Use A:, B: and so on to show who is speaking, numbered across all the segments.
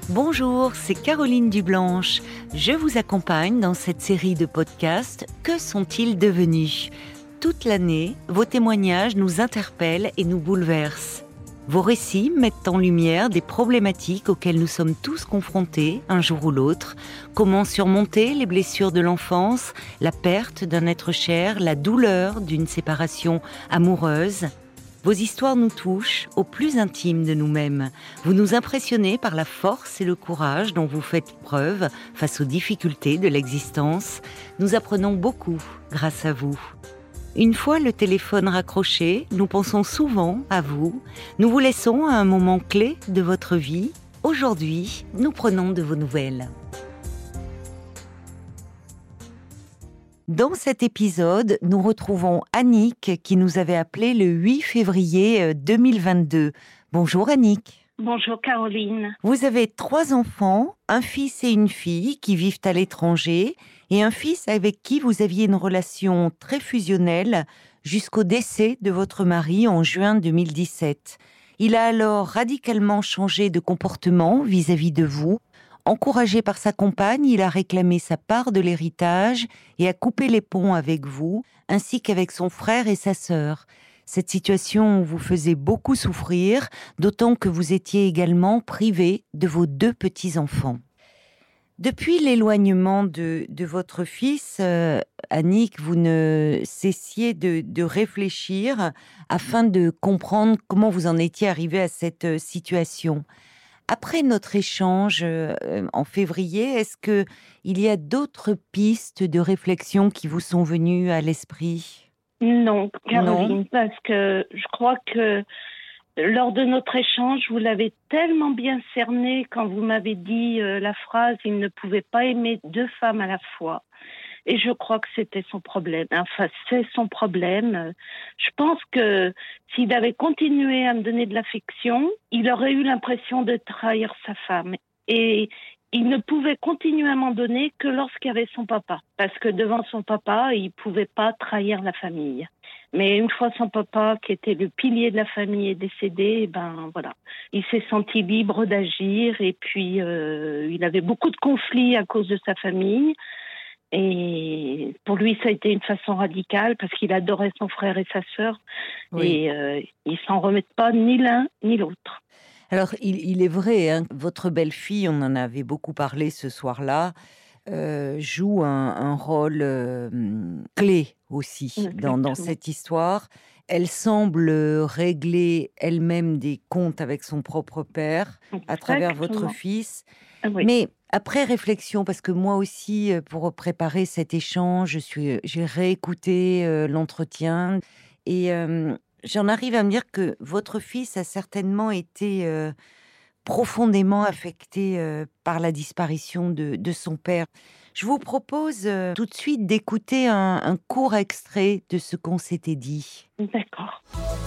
A: Bonjour, c'est Caroline Dublanche. Je vous accompagne dans cette série de podcasts « Que sont-ils devenus ?» Toute l'année, vos témoignages nous interpellent et nous bouleversent. Vos récits mettent en lumière des problématiques auxquelles nous sommes tous confrontés, un jour ou l'autre. Comment surmonter les blessures de l'enfance, la perte d'un être cher, la douleur d'une séparation amoureuse. Vos histoires nous touchent au plus intime de nous-mêmes. Vous nous impressionnez par la force et le courage dont vous faites preuve face aux difficultés de l'existence. Nous apprenons beaucoup grâce à vous. Une fois le téléphone raccroché, nous pensons souvent à vous. Nous vous laissons à un moment clé de votre vie. Aujourd'hui, nous prenons de vos nouvelles. Dans cet épisode, nous retrouvons Annick qui nous avait appelé le 8 février 2022. Bonjour Annick.
B: Bonjour Caroline.
A: Vous avez 3 enfants, un fils et une fille qui vivent à l'étranger et un fils avec qui vous aviez une relation très fusionnelle jusqu'au décès de votre mari en juin 2017. Il a alors radicalement changé de comportement vis-à-vis de vous. Encouragé par sa compagne, il a réclamé sa part de l'héritage et a coupé les ponts avec vous, ainsi qu'avec son frère et sa sœur. Cette situation vous faisait beaucoup souffrir, d'autant que vous étiez également privé de vos 2 petits-enfants. Depuis l'éloignement de votre fils, Annick, vous ne cessiez de réfléchir afin de comprendre comment vous en étiez arrivée à cette situation. Après notre échange en février, est-ce qu'il y a d'autres pistes de réflexion qui vous sont venues à l'esprit ?
B: Non, Caroline,
A: Non.
B: parce que je crois que lors de notre échange, vous l'avez tellement bien cerné quand vous m'avez dit la phrase « il ne pouvait pas aimer 2 femmes à la fois ». Et je crois que c'était son problème. Enfin, c'est son problème. Je pense que s'il avait continué à me donner de l'affection, il aurait eu l'impression de trahir sa femme. Et il ne pouvait continuer à m'en donner que lorsqu'il y avait son papa. Parce que devant son papa, il ne pouvait pas trahir la famille. Mais une fois son papa, qui était le pilier de la famille, est décédé, ben voilà, il s'est senti libre d'agir. Et puis, il avait beaucoup de conflits à cause de sa famille. Et pour lui, ça a été une façon radicale parce qu'il adorait son frère et sa sœur. Oui. Et ils s'en remettent pas ni l'un ni l'autre.
A: Alors, il est vrai, hein, votre belle-fille, on en avait beaucoup parlé ce soir-là, joue un rôle clé aussi dans cette histoire. Elle semble régler elle-même des comptes avec son propre père à travers votre fils. Oui. Mais après réflexion, parce que moi aussi, pour préparer cet échange, j'ai réécouté l'entretien et j'en arrive à me dire que votre fils a certainement été profondément affecté par la disparition de son père. Je vous propose tout de suite d'écouter un court extrait de ce qu'on s'était dit.
B: D'accord.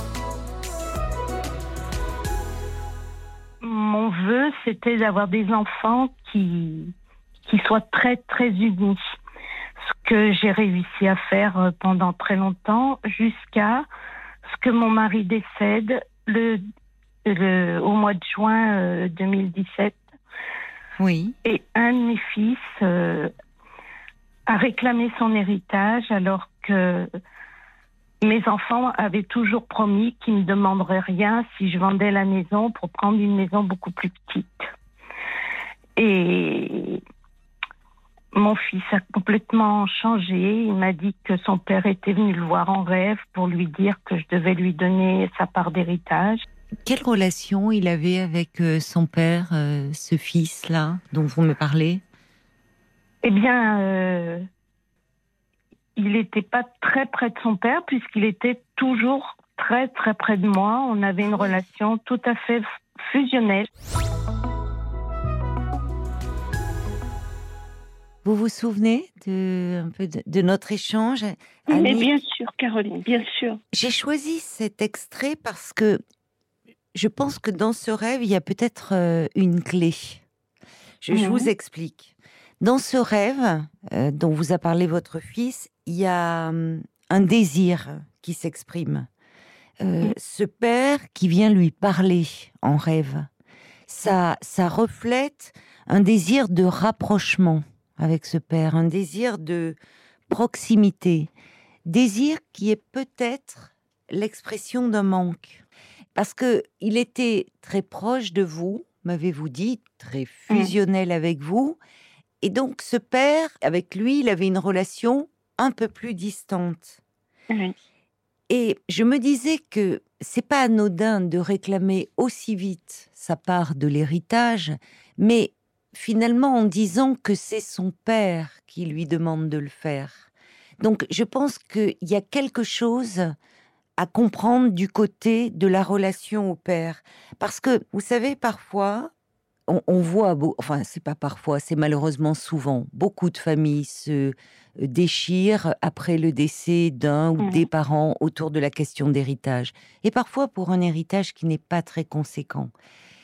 B: Mon vœu, c'était d'avoir des enfants qui soient très, très unis. Ce que j'ai réussi à faire pendant très longtemps, jusqu'à ce que mon mari décède au mois de juin 2017.
A: Oui.
B: Et un de mes fils a réclamé son héritage alors que mes enfants avaient toujours promis qu'ils ne me demanderaient rien si je vendais la maison pour prendre une maison beaucoup plus petite. Et mon fils a complètement changé. Il m'a dit que son père était venu le voir en rêve pour lui dire que je devais lui donner sa part d'héritage.
A: Quelle relation il avait avec son père, ce fils-là dont vous me parlez ?
B: Eh bien, il n'était pas très près de son père puisqu'il était toujours très très près de moi. On avait une relation tout à fait fusionnelle.
A: Vous vous souvenez un peu de notre échange, Annick ?
B: Mais bien sûr, Caroline, bien sûr.
A: J'ai choisi cet extrait parce que je pense que dans ce rêve, il y a peut-être une clé. Je vous explique. Dans ce rêve dont vous a parlé votre fils, il y a un désir qui s'exprime. Ce père qui vient lui parler en rêve, ça reflète un désir de rapprochement avec ce père, un désir de proximité, désir qui est peut-être l'expression d'un manque. Parce que il était très proche de vous, m'avez-vous dit, très fusionnel avec vous, et donc ce père, avec lui, il avait une relation un peu plus distante.
B: Oui.
A: Et je me disais que c'est pas anodin de réclamer aussi vite sa part de l'héritage, mais finalement en disant que c'est son père qui lui demande de le faire. Donc je pense qu'il y a quelque chose à comprendre du côté de la relation au père. Parce que, vous savez, parfois, on voit, enfin, c'est pas parfois, c'est malheureusement souvent, beaucoup de familles se déchirent après le décès d'un ou des parents autour de la question d'héritage. Et parfois pour un héritage qui n'est pas très conséquent.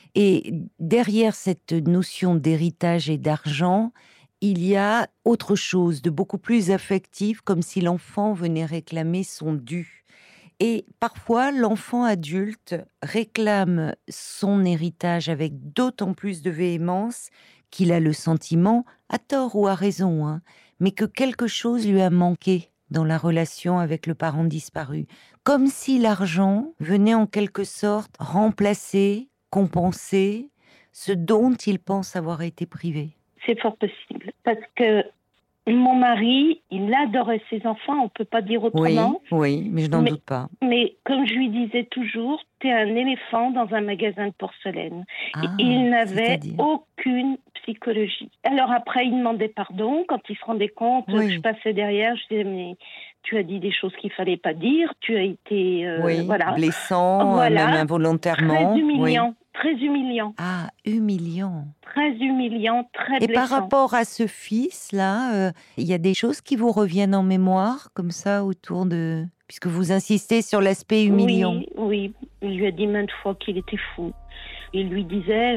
A: Et derrière cette notion d'héritage et d'argent, il y a autre chose de beaucoup plus affectif, comme si l'enfant venait réclamer son dû. Et parfois, l'enfant adulte réclame son héritage avec d'autant plus de véhémence qu'il a le sentiment, à tort ou à raison, hein, mais que quelque chose lui a manqué dans la relation avec le parent disparu. Comme si l'argent venait en quelque sorte remplacer, compenser ce dont il pense avoir été privé.
B: C'est fort possible. Parce que mon mari, il adorait ses enfants, on ne peut pas dire autrement.
A: Oui, mais je n'en doute pas.
B: Mais comme je lui disais toujours, t'es un éléphant dans un magasin de porcelaine.
A: Ah,
B: Il n'avait
A: c'est-à-dire
B: aucune psychologie. Alors après, il demandait pardon quand il se rendait compte que je passais derrière. Je disais, mais tu as dit des choses qu'il ne fallait pas dire, tu as été
A: blessant, même involontairement.
B: Très humiliant. Très humiliant.
A: Ah, humiliant.
B: Très humiliant, très blessant.
A: Et par rapport à ce fils-là, il y a des choses qui vous reviennent en mémoire, comme ça, autour de... Puisque vous insistez sur l'aspect humiliant.
B: Oui. Il lui a dit maintes fois qu'il était fou. Il lui disait,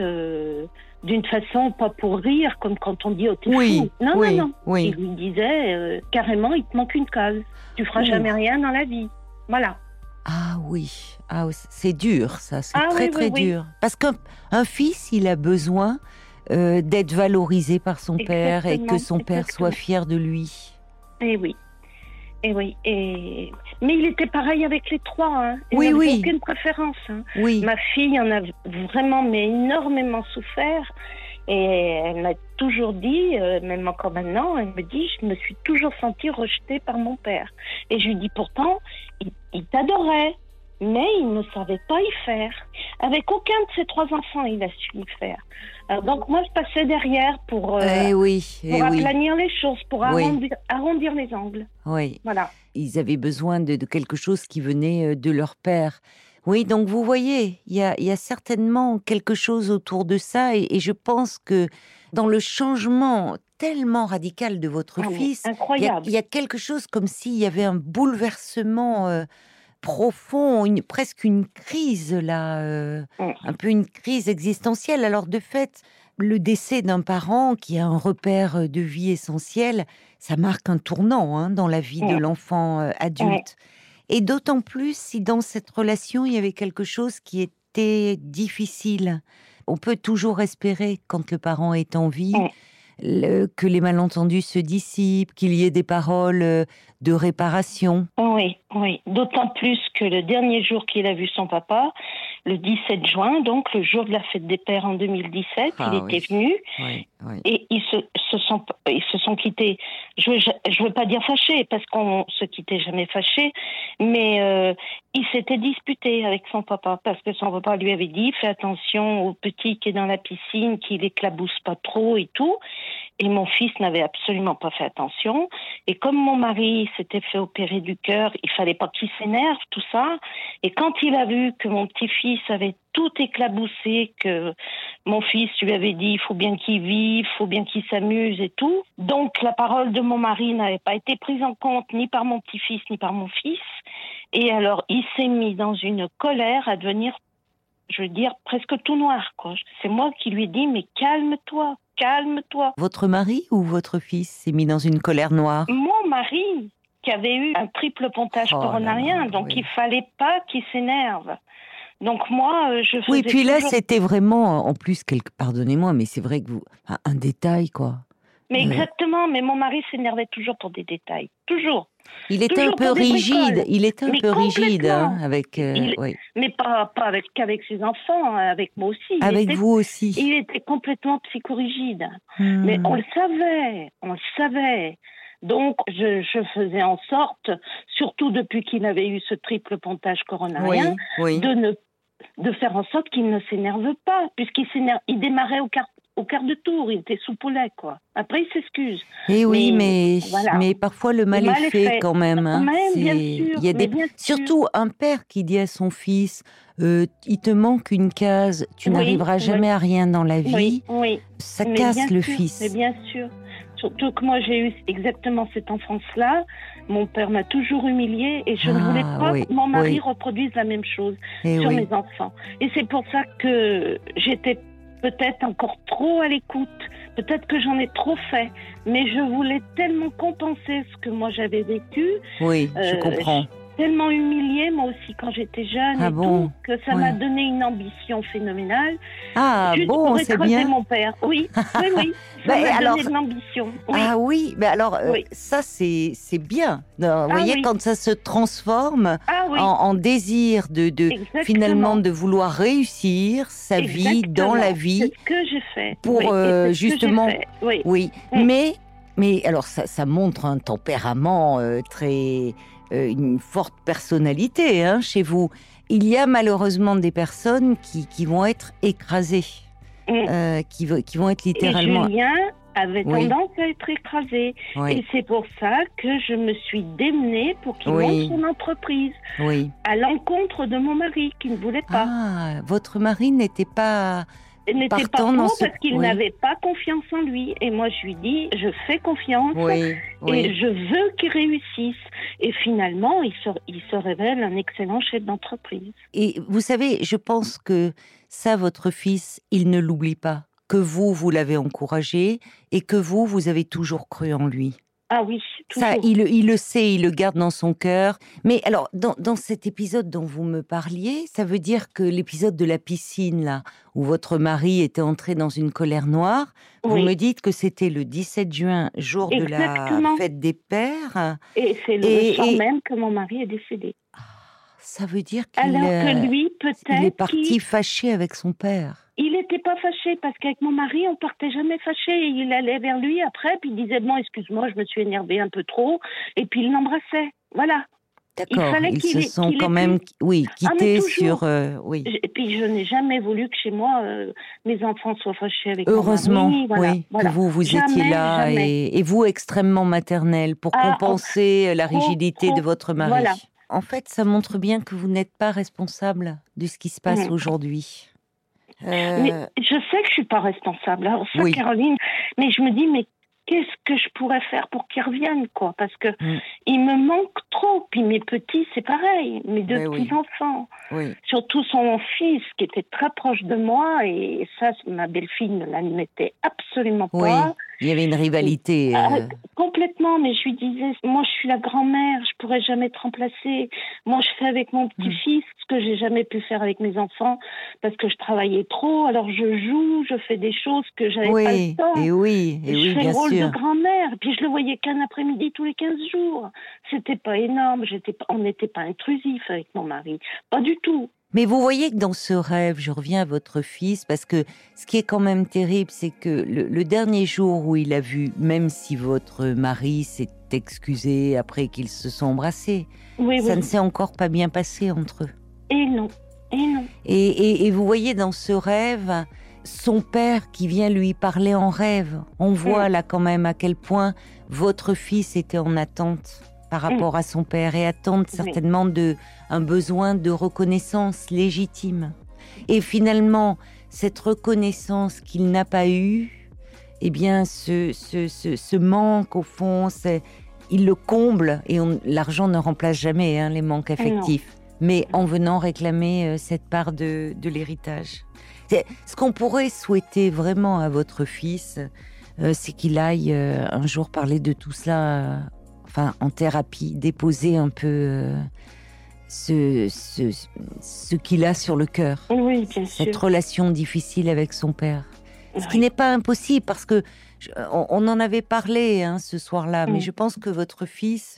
B: d'une façon, pas pour rire, comme quand on dit « oh, t'es fou ». Non. Il lui disait, carrément, il te manque une case. Tu feras jamais rien dans la vie. Voilà.
A: Ah oui, c'est dur ça, c'est très dur. Parce qu'un fils, il a besoin d'être valorisé par son père et que son père soit fier de lui.
B: Et oui. Mais il était pareil avec les trois. Hein. Il n'avait aucune préférence. Hein. Ma fille en a vraiment énormément souffert. Et elle m'a toujours dit, même encore maintenant, elle me dit, je me suis toujours sentie rejetée par mon père. Et je lui dis pourtant, il t'adorait, mais il ne savait pas y faire. Avec aucun de ses trois enfants, il a su y faire. Alors, donc moi, je passais derrière pour aplanir les choses, pour arrondir les angles.
A: Oui.
B: Voilà.
A: Ils avaient besoin de quelque chose qui venait de leur père. Oui, donc vous voyez, il y a certainement quelque chose autour de ça, et je pense que dans le changement tellement radical de votre fils,
B: incroyable.
A: Il y a quelque chose comme s'il y avait un bouleversement profond, presque une crise là, un peu une crise existentielle. Alors de fait, le décès d'un parent qui a un repère de vie essentiel, ça marque un tournant dans la vie de l'enfant adulte. Et d'autant plus si dans cette relation, il y avait quelque chose qui était difficile. On peut toujours espérer, quand le parent est en vie, que les malentendus se dissipent, qu'il y ait des paroles de réparation.
B: Oui. D'autant plus que le dernier jour qu'il a vu son papa, le 17 juin, donc le jour de la fête des pères en 2017, il était venu et ils se sont quittés. Je veux pas dire fâchés, parce qu'on se quittait jamais fâchés, mais il s'était disputé avec son papa, parce que son papa lui avait dit, fais attention au petit qui est dans la piscine, qu'il éclabousse pas trop et tout. Et mon fils n'avait absolument pas fait attention. Et comme mon mari s'était fait opérer du cœur, il fallait pas qu'il s'énerve, tout ça. Et quand il a vu que mon petit-fils avait tout éclaboussé, que mon fils lui avait dit, il faut bien qu'il vive, il faut bien qu'il s'amuse et tout. Donc la parole de mon mari n'avait pas été prise en compte ni par mon petit-fils ni par mon fils. Et alors il s'est mis dans une colère à devenir, je veux dire, presque tout noir, quoi. C'est moi qui lui ai dit, mais calme-toi.
A: Votre mari ou votre fils s'est mis dans une colère noire?
B: Mon mari, qui avait eu un triple pontage coronarien, donc il fallait pas qu'il s'énerve. Donc moi, je faisais
A: Oui, puis là,
B: toujours...
A: c'était vraiment, en plus, pardonnez-moi, mais c'est vrai que un détail, quoi.
B: Mais exactement, mais mon mari s'énervait toujours pour des détails. Toujours.
A: Il était un
B: Toujours
A: peu
B: pour des
A: rigide.
B: bricoles.
A: Il était un
B: Mais
A: peu rigide, hein,
B: complètement.
A: avec. Oui.
B: Mais pas qu'avec ses enfants, hein, avec moi aussi.
A: Avec vous aussi.
B: Il était complètement psychorigide. Mais
A: Hmm.
B: on le savait. Donc, je faisais en sorte, surtout depuis qu'il avait eu ce triple pontage coronarien,
A: Oui.
B: de faire en sorte qu'il ne s'énerve pas, il démarrait au quart de tour, il était sous poulet, quoi. Après, il s'excuse.
A: Et oui,
B: voilà.
A: mais parfois le mal est fait quand même. Hein.
B: Bien sûr.
A: Il y a surtout un père qui dit à son fils, il te manque une case, tu n'arriveras jamais à rien dans la vie.
B: Oui.
A: Ça casse le fils.
B: Mais bien sûr. Surtout que moi, j'ai eu exactement cette enfance-là. Mon père m'a toujours humiliée et je ne voulais pas que mon mari reproduise la même chose sur mes enfants. Et c'est pour ça que j'étais peut-être encore trop à l'écoute. Peut-être que j'en ai trop fait. Mais je voulais tellement compenser ce que moi j'avais vécu.
A: Oui, je comprends.
B: Tellement humiliée, moi aussi, quand j'étais jeune tout, que ça m'a donné une ambition phénoménale.
A: Ah
B: juste
A: bon, c'est bien.
B: Mon père. Oui. Ça m'a donné de l'ambition. Oui.
A: Ah oui, mais alors, ça, c'est bien. Vous voyez, quand ça se transforme en désir finalement, de vouloir réussir sa vie dans la vie.
B: C'est ce que j'ai fait.
A: Pour justement... Oui. Mais alors, ça montre un tempérament très... une forte personnalité chez vous. Il y a malheureusement des personnes qui vont être écrasées, qui vont être littéralement...
B: Et Julien avait tendance à être écrasé. Et c'est pour ça que je me suis démenée pour qu'il monte son entreprise. À l'encontre de mon mari, qui ne voulait pas.
A: Ah, votre mari n'était pas...
B: n'était pas pour parce qu'il n'avait pas confiance en lui. Et moi, je lui dis, je fais confiance et je veux qu'il réussisse. Et finalement, il se révèle un excellent chef d'entreprise.
A: Et vous savez, je pense que ça, votre fils, il ne l'oublie pas. Que vous l'avez encouragé et que vous avez toujours cru en lui.
B: Ah oui, toujours.
A: Ça, il le sait, il le garde dans son cœur. Mais alors, dans cet épisode dont vous me parliez, ça veut dire que l'épisode de la piscine, là, où votre mari était entré dans une colère noire, vous me dites que c'était le 17 juin, jour de la fête des pères.
B: Et c'est le soir même que mon mari est décédé.
A: Ça veut dire qu'il
B: il
A: est parti fâché avec son père.
B: Il n'était pas fâché parce qu'avec mon mari, on partait jamais fâché. Il allait vers lui après, puis il disait bon, excuse-moi, je me suis énervée un peu trop, et puis il l'embrassait. Voilà.
A: D'accord. Ils se sont quand même, quittés sur,
B: Et puis je n'ai jamais voulu que chez moi mes enfants soient fâchés avec
A: heureusement,
B: mon mari.
A: Voilà. Que vous étiez là et vous extrêmement maternelle pour compenser la rigidité de votre mari.
B: Voilà.
A: En fait, ça montre bien que vous n'êtes pas responsable de ce qui se passe aujourd'hui.
B: Mais je sais que je suis pas responsable. Alors ça, Caroline, mais je me dis, mais qu'est-ce que je pourrais faire pour qu'ils reviennent, quoi? Parce que il me manque trop. Puis mes petits, c'est pareil. Mes deux petits-enfants. Surtout son fils, qui était très proche de moi. Et ça, ma belle-fille ne l'admettait absolument pas.
A: Il y avait une rivalité.
B: Complètement, mais je lui disais, moi je suis la grand-mère, je pourrais jamais te remplacer. Moi je fais avec mon petit-fils ce que j'ai jamais pu faire avec mes enfants parce que je travaillais trop. Alors je joue, je fais des choses que j'avais pas le temps. Je fais le rôle de grand-mère. Puis je le voyais qu'un après-midi tous les 15 jours. C'était pas énorme, on n'était pas intrusif avec mon mari, pas du tout.
A: Mais vous voyez que dans ce rêve, je reviens à votre fils, parce que ce qui est quand même terrible, c'est que le dernier jour où il a vu, même si votre mari s'est excusé après qu'ils se sont embrassés, ça ne s'est encore pas bien passé entre eux.
B: Et non.
A: Et vous voyez dans ce rêve, son père qui vient lui parler en rêve. On voit là quand même à quel point votre fils était en attente par rapport à son père et attente certainement un besoin de reconnaissance légitime. Et finalement, cette reconnaissance qu'il n'a pas eue, eh bien, ce manque au fond, il le comble et l'argent ne remplace jamais les manques affectifs. Mais en venant réclamer cette part de l'héritage. Ce qu'on pourrait souhaiter vraiment à votre fils, c'est qu'il aille un jour parler de tout cela. En thérapie, déposer un peu ce qu'il a sur le cœur.
B: Oui, bien sûr.
A: Cette relation difficile avec son père. Ce qui
B: Oui.
A: n'est pas impossible parce que on en avait parlé ce soir-là, mais je pense que votre fils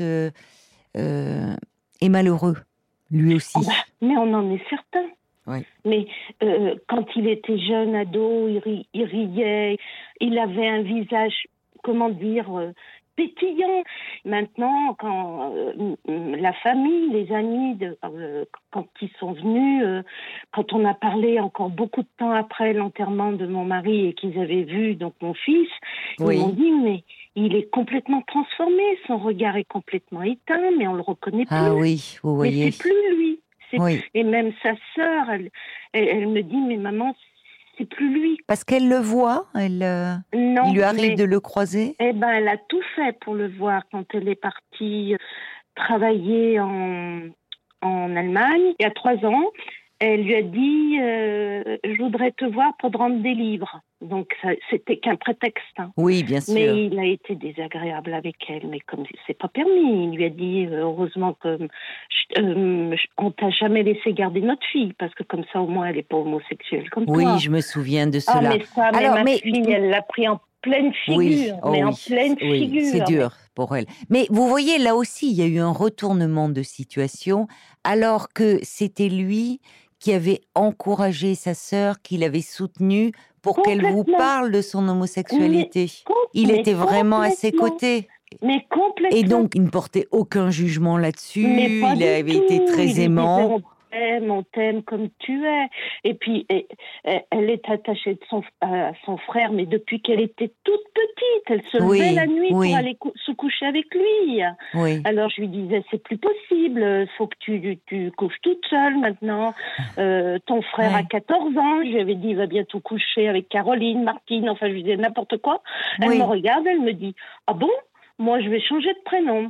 A: est malheureux, lui aussi.
B: Mais on en est certain.
A: Oui.
B: Mais quand il était jeune ado, il riait, il avait un visage, comment dire, pétillant. Maintenant, quand la famille, les amis, quand ils sont venus, quand on a parlé encore beaucoup de temps après l'enterrement de mon mari et qu'ils avaient vu donc mon fils,
A: Oui.
B: ils m'ont dit mais il est complètement transformé, son regard est complètement éteint, mais on le reconnaît plus.
A: Ah oui, vous voyez.
B: Mais c'est plus lui.
A: Oui.
B: Et même sa sœur, elle me dit mais maman, c'est plus lui.
A: Parce qu'elle le voit,
B: Non,
A: il lui arrive de le croiser.
B: Eh ben, elle a tout fait pour le voir quand elle est partie travailler en Allemagne il y a 3 ans. Elle lui a dit je voudrais te voir pour te rendre des livres. Donc c'était qu'un prétexte.
A: Oui, bien sûr.
B: Mais il a été désagréable avec elle, mais comme c'est pas permis, il lui a dit heureusement que on t'a jamais laissé garder notre fille parce que comme ça au moins elle est pas homosexuelle comme toi.
A: Oui, je me souviens de cela.
B: Ah mais ça, ma fille, elle l'a pris en pleine figure,
A: oui.
B: en pleine figure.
A: C'est dur pour elle. Mais vous voyez, là aussi, il y a eu un retournement de situation, alors que c'était lui qui avait encouragé sa sœur, qui l'avait soutenue pour qu'elle vous parle de son homosexualité. Il était vraiment à ses côtés.
B: Mais complètement.
A: Et donc, il ne portait aucun jugement là-dessus. Il avait été très aimant.
B: On t'aime comme tu es. Et puis, elle est attachée à son frère, mais depuis qu'elle était toute petite, elle se levait la nuit pour aller se coucher avec lui.
A: Oui.
B: Alors, je lui disais, c'est plus possible, il faut que tu couches toute seule maintenant. Ton frère a 14 ans, je lui avais dit, il va bientôt coucher avec Caroline, Martine, enfin, je lui disais n'importe quoi. Elle me regarde, elle me dit, ah bon, moi, je vais changer de prénom.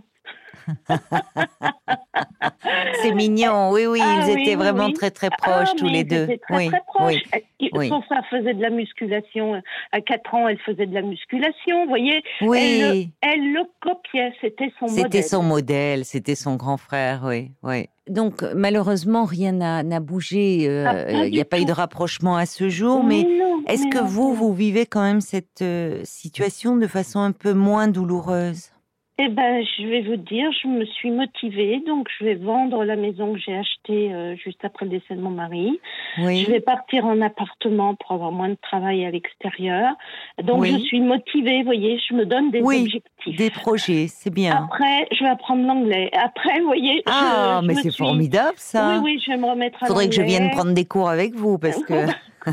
A: C'est mignon, oui, ils étaient vraiment très très proches tous les deux.
B: Très proches. Son frère faisait de la musculation. À 4 ans, elle faisait de la musculation, vous voyez.
A: Oui.
B: Elle le copiait, c'était son modèle.
A: C'était son modèle, c'était son grand frère, oui. Donc malheureusement, rien n'a bougé. Il n'y a pas eu de rapprochement à ce jour, mais est-ce que vous vivez quand même cette situation de façon un peu moins douloureuse ?
B: Eh ben, je vais vous dire, je me suis motivée, donc je vais vendre la maison que j'ai achetée juste après le décès de mon mari. Je vais partir en appartement pour avoir moins de travail à l'extérieur. Donc je suis motivée, vous voyez, je me donne des objectifs.
A: Des projets, c'est bien.
B: Après, je vais apprendre l'anglais. Après, vous voyez,
A: mais c'est formidable ça.
B: Oui, je vais me remettre à l'anglais.
A: Faudrait que je vienne prendre des cours avec vous parce que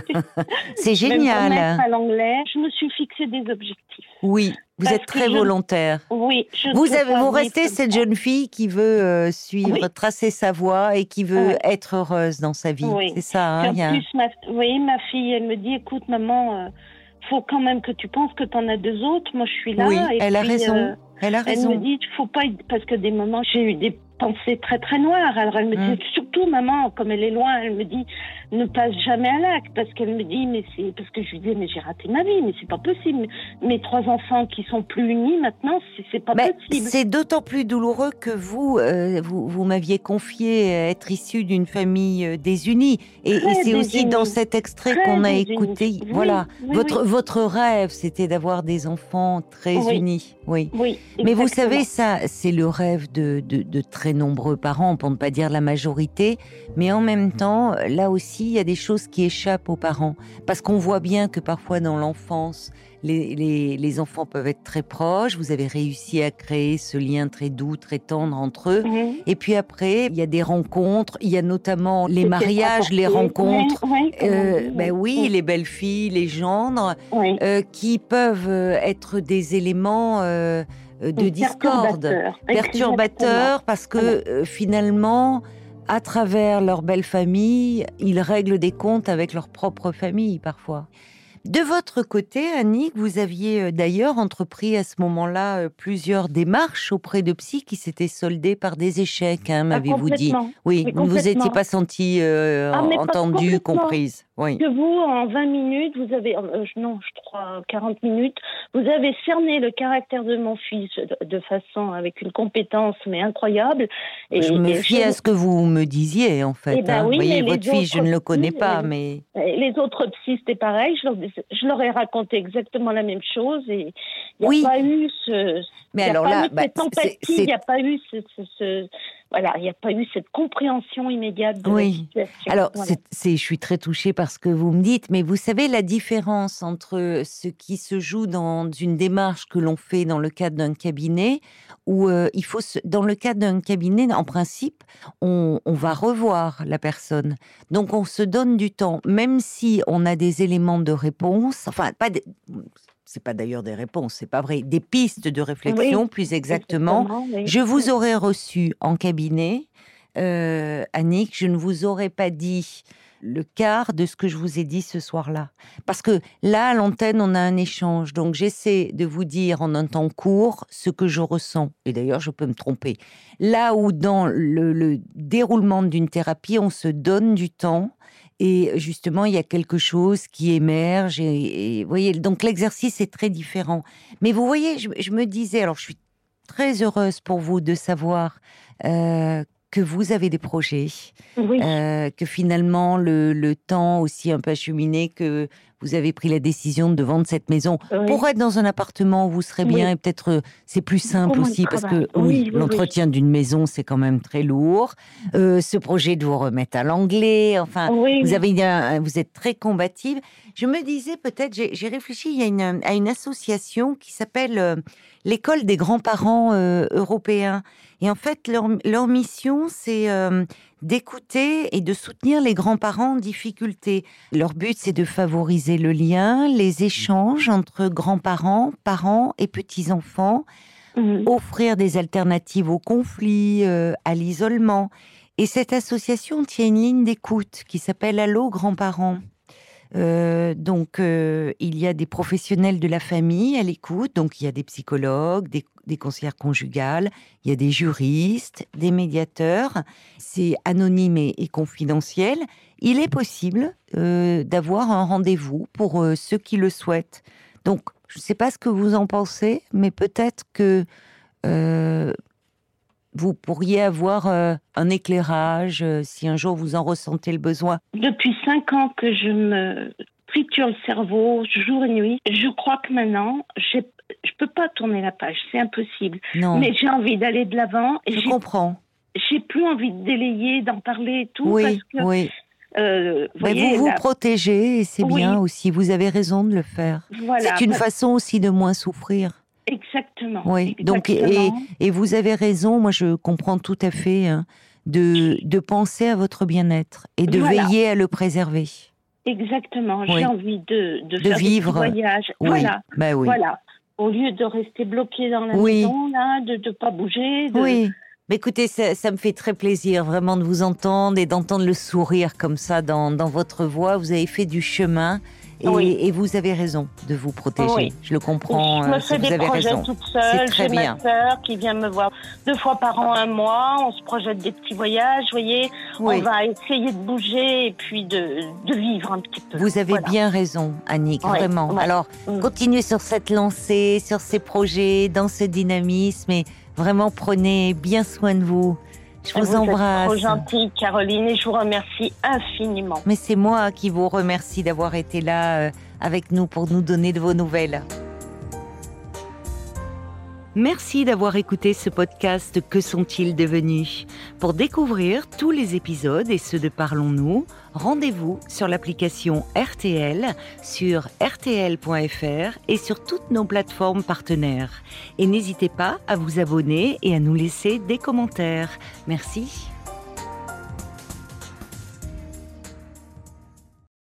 A: c'est génial.
B: Je vais me remettre à l'anglais. Je me suis fixé des objectifs.
A: Oui. Vous êtes très volontaire.
B: Oui.
A: Vous restez cette jeune fille qui veut suivre, tracer sa voie et qui veut être heureuse dans sa vie.
B: Oui.
A: C'est ça.
B: En plus, ma fille, elle me dit, écoute, maman, faut quand même que tu penses que tu en as 2 autres. Moi, je suis là.
A: Oui,
B: et
A: elle a raison. Elle a raison.
B: Elle me dit, faut pas, parce que des moments, j'ai eu des pensée très très noire. Alors elle me dit surtout maman, comme elle est loin, elle me dit ne passe jamais à l'acte parce qu'elle me dit mais c'est parce que je lui dis mais j'ai raté ma vie, mais c'est pas possible. Mes 3 enfants qui sont plus unis maintenant, c'est pas possible.
A: C'est d'autant plus douloureux que vous m'aviez confié être issu d'une famille désunie et c'est aussi dans cet extrait qu'on a écouté. Voilà, votre rêve c'était d'avoir des enfants très unis. Oui. Mais vous savez ça, c'est le rêve de très nombreux parents, pour ne pas dire la majorité, mais en même temps, là aussi, il y a des choses qui échappent aux parents, parce qu'on voit bien que parfois dans l'enfance, les enfants peuvent être très proches, vous avez réussi à créer ce lien très doux, très tendre entre eux, et puis après, il y a des rencontres, il y a notamment les mariages, les rencontres, les belles filles, les gendres, qui peuvent être des éléments de discorde, perturbateurs, parce que finalement, à travers leur belle famille, ils règlent des comptes avec leur propre famille parfois. De votre côté, Annick, vous aviez d'ailleurs entrepris à ce moment-là plusieurs démarches auprès de psy qui s'étaient soldées par des échecs, hein, m'avez-vous dit.
B: Complètement.
A: Oui,
B: Mais
A: vous ne vous étiez
B: complètement.
A: pas sentie
B: Mais pas
A: entendue,
B: complètement.
A: comprise. Oui.
B: Que vous, en 20 minutes, vous avez, non, je crois 40 minutes, vous avez cerné le caractère de mon fils de façon, avec une compétence, mais incroyable.
A: Je me fie à ce que vous me disiez, en fait.
B: Eh ben
A: hein.
B: oui,
A: Vous voyez,
B: mais
A: votre
B: les
A: fils, je
B: autres
A: ne le connais
B: psys,
A: pas, mais...
B: les autres psys, c'était pareil. Je leur ai raconté exactement la même chose et il n'y a
A: Oui.
B: pas eu ce...
A: Mais
B: il y a
A: alors
B: pas
A: là,
B: eu cette empathie, il n'y a pas eu voilà, il n'y a pas eu cette compréhension immédiate de la situation.
A: Alors,
B: Voilà.
A: je suis très touchée par ce que vous me dites, mais vous savez la différence entre ce qui se joue dans une démarche que l'on fait dans le cadre d'un cabinet, où dans le cadre d'un cabinet, en principe, on va revoir la personne. Donc, on se donne du temps, même si on a des éléments de réponse, enfin, c'est pas d'ailleurs des réponses, c'est pas vrai, des pistes de réflexion, plus exactement.
B: Oui.
A: Je vous aurais reçu en cabinet, Annick, je ne vous aurais pas dit le quart de ce que je vous ai dit ce soir-là. Parce que là, à l'antenne, on a un échange. Donc, j'essaie de vous dire en un temps court ce que je ressens. Et d'ailleurs, je peux me tromper. Là où dans le déroulement d'une thérapie, on se donne du temps. Et justement, il y a quelque chose qui émerge. Et vous voyez, donc l'exercice est très différent. Mais vous voyez, je me disais, alors je suis très heureuse pour vous de savoir que vous avez des projets,
B: Oui.
A: que finalement le temps aussi un peu acheminé, que vous avez pris la décision de vendre cette maison pour être dans un appartement où vous serez bien et peut-être c'est plus simple aussi parce que l'entretien d'une maison c'est quand même très lourd. Ce projet de vous remettre à l'anglais, enfin vous êtes très combative. Je me disais peut-être, j'ai réfléchi à une association qui s'appelle l'école des grands-parents européens. Et en fait, leur mission, c'est d'écouter et de soutenir les grands-parents en difficulté. Leur but, c'est de favoriser le lien, les échanges entre grands-parents, parents et petits-enfants, offrir des alternatives au conflit, à l'isolement. Et cette association tient une ligne d'écoute qui s'appelle Allô grands-parents. Donc, il y a des professionnels de la famille à l'écoute, donc il y a des psychologues, des conseillères conjugales, il y a des juristes, des médiateurs. C'est anonyme et confidentiel. Il est possible d'avoir un rendez-vous pour ceux qui le souhaitent. Donc, je ne sais pas ce que vous en pensez, mais peut-être que vous pourriez avoir un éclairage si un jour vous en ressentez le besoin.
B: Depuis 5 ans que je me triture le cerveau jour et nuit, je crois que maintenant, je peux pas tourner la page, c'est impossible.
A: Non.
B: Mais j'ai envie d'aller de l'avant. Et
A: je comprends.
B: J'ai plus envie de délayer, d'en parler et tout.
A: Oui,
B: parce que,
A: oui.
B: voyez,
A: vous protégez et c'est bien aussi. Vous avez raison de le faire. Voilà, c'est une façon aussi de moins souffrir.
B: Exactement.
A: Oui. Donc et vous avez raison. Moi, je comprends tout à fait de penser à votre bien-être et de veiller à le préserver.
B: Exactement. J'ai envie de faire
A: vivre.
B: Des petits voyages.
A: Oui.
B: Voilà.
A: Oui.
B: Voilà. Au lieu de rester bloqué dans la maison, là, de ne pas bouger.
A: Oui. Mais écoutez, ça me fait très plaisir vraiment de vous entendre et d'entendre le sourire comme ça dans votre voix. Vous avez fait du chemin et vous avez raison de vous protéger. Oui. Je le comprends.
B: Je me fais des projets toute seule. J'ai ma sœur qui vient me voir 2 fois par an, 1 mois. On se projette des petits voyages, vous voyez. On va essayer de bouger et puis de vivre un petit peu.
A: Vous avez bien raison, Annick, vraiment. Alors, continuez sur cette lancée, sur ces projets, dans ce dynamisme et vraiment, prenez bien soin de vous. Je vous embrasse.
B: Vous êtes trop gentille, Caroline, et je vous remercie infiniment.
A: Mais c'est moi qui vous remercie d'avoir été là avec nous pour nous donner de vos nouvelles. Merci d'avoir écouté ce podcast Que sont-ils devenus ? Pour découvrir tous les épisodes et ceux de Parlons-nous, rendez-vous sur l'application RTL, sur rtl.fr et sur toutes nos plateformes partenaires. Et n'hésitez pas à vous abonner et à nous laisser des commentaires. Merci.